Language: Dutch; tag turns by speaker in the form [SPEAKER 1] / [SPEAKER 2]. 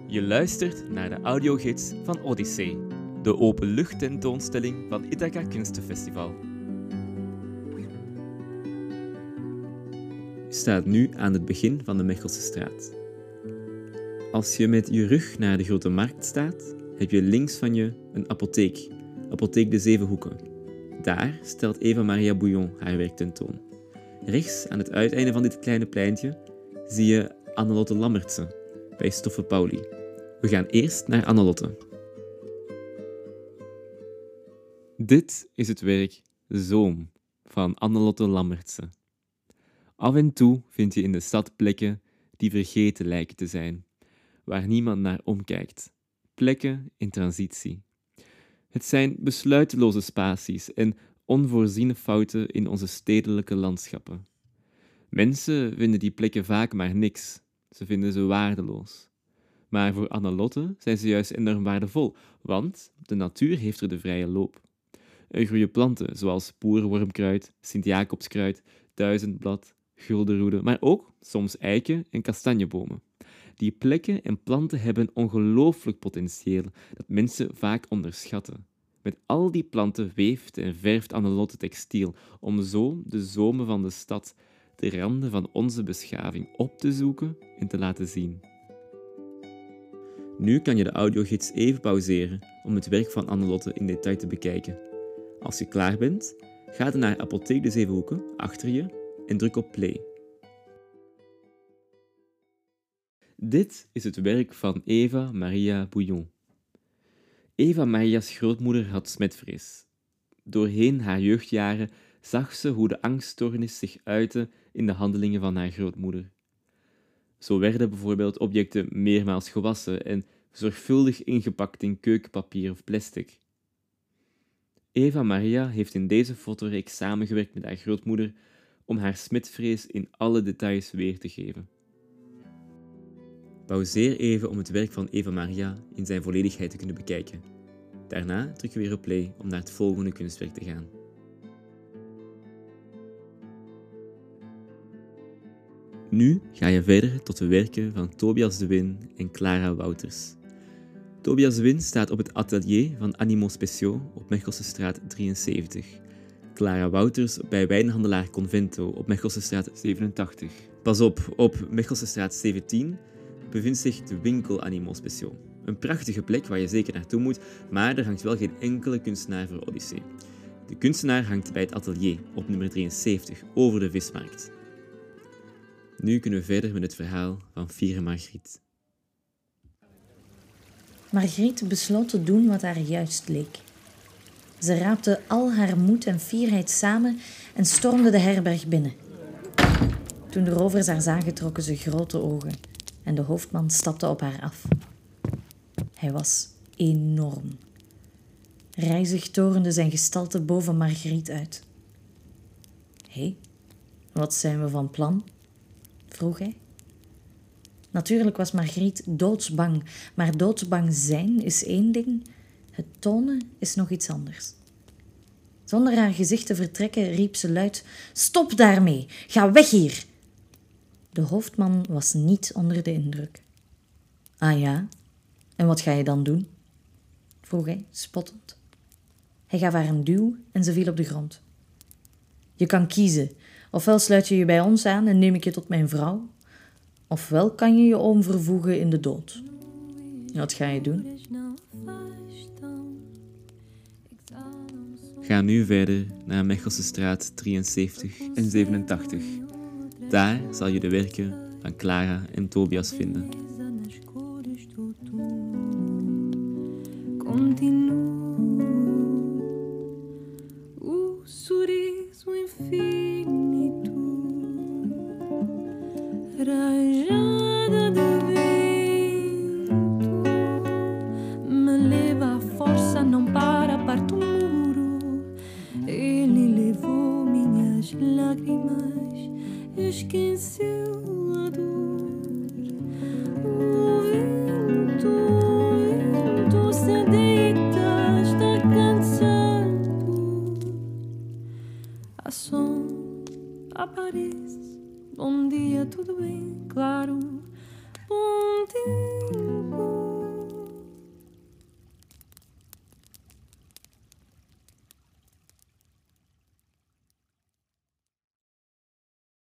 [SPEAKER 1] Je luistert naar de audiogids van Odyssee, de openluchttentoonstelling van Ithaca Kunstenfestival. Je staat nu aan het begin van de Mechelse straat. Als je met je rug naar de Grote Markt staat, heb je links van je een apotheek, Apotheek de Zeven Hoeken. Daar stelt Eva Maria Bouillon haar werk tentoon. Rechts aan het uiteinde van dit kleine pleintje zie je Annelotte Lammertse bij Stoffe Pauli. We gaan eerst naar Annelotte. Dit is het werk Zoom van Annelotte Lammertse. Af en toe vind je in de stad plekken die vergeten lijken te zijn, waar niemand naar omkijkt. Plekken in transitie. Het zijn besluiteloze spaties en onvoorziene fouten in onze stedelijke landschappen. Mensen vinden die plekken vaak maar niks. Ze vinden ze waardeloos. Maar voor Annelotte zijn ze juist enorm waardevol, want de natuur heeft er de vrije loop. Er groeien planten zoals poerenwormkruid, Sint-Jacobskruid, duizendblad, guldenroede, maar ook soms eiken en kastanjebomen. Die plekken en planten hebben ongelooflijk potentieel dat mensen vaak onderschatten. Met al die planten weeft en verft Annelotte textiel om zo de zomen van de stad, de randen van onze beschaving op te zoeken en te laten zien. Nu kan je de audiogids even pauzeren om het werk van Annelotte in detail te bekijken. Als je klaar bent, ga dan naar Apotheek de Zeven Hoeken achter je en druk op play. Dit is het werk van Eva Maria Bouillon. Eva Maria's grootmoeder had smetvrees. Doorheen haar jeugdjaren zag ze hoe de angststoornis zich uitte in de handelingen van haar grootmoeder. Zo werden bijvoorbeeld objecten meermaals gewassen en zorgvuldig ingepakt in keukenpapier of plastic. Eva Maria heeft in deze fotoreeks samengewerkt met haar grootmoeder om haar smetvrees in alle details weer te geven. Pauzeer even om het werk van Eva Maria in zijn volledigheid te kunnen bekijken. Daarna druk je weer op play om naar het volgende kunstwerk te gaan. Nu ga je verder tot de werken van Tobias de Win en Clara Wouters. Tobias de Win staat op het atelier van Animaux Spéciaux op Mechelsestraat 73. Clara Wouters bij wijnhandelaar Convento op Mechelsestraat 87. Pas op Mechelsestraat 17 bevindt zich de winkel Animaux Spéciaux. Een prachtige plek waar je zeker naartoe moet, maar er hangt wel geen enkele kunstenaar voor Odyssee. De kunstenaar hangt bij het atelier op nummer 73 over de vismarkt. Nu kunnen we verder met het verhaal van Fiere Margriet.
[SPEAKER 2] Margriet besloot te doen wat haar juist leek. Ze raapte al haar moed en fierheid samen en stormde de herberg binnen. Toen de rovers haar zagen, trokken ze grote ogen en de hoofdman stapte op haar af. Hij was enorm. Rijzig torende zijn gestalte boven Margriet uit. Hé, wat zijn we van plan? Vroeg hij. Natuurlijk was Margriet doodsbang, maar doodsbang zijn is één ding, het tonen is nog iets anders. Zonder haar gezicht te vertrekken riep ze luid: "Stop daarmee! Ga weg hier!" De hoofdman was niet onder de indruk. "Ah ja, en wat ga je dan doen?" vroeg hij, spottend. Hij gaf haar een duw en ze viel op de grond. "Je kan kiezen. Ofwel sluit je je bij ons aan en neem ik je tot mijn vrouw, ofwel kan je je oom vervoegen in de dood. Wat ga je doen?"
[SPEAKER 1] Ga nu verder naar Mechelsestraat 73 en 87. Daar zal je de werken van Clara en Tobias vinden.
[SPEAKER 3] Rajada de vento me leva a força, não para, parte o muro. Ele levou minhas lágrimas, esqueceu a dor. O vento se deita, está cansado. A som aparece. Bom dia, tudo bem? Claro,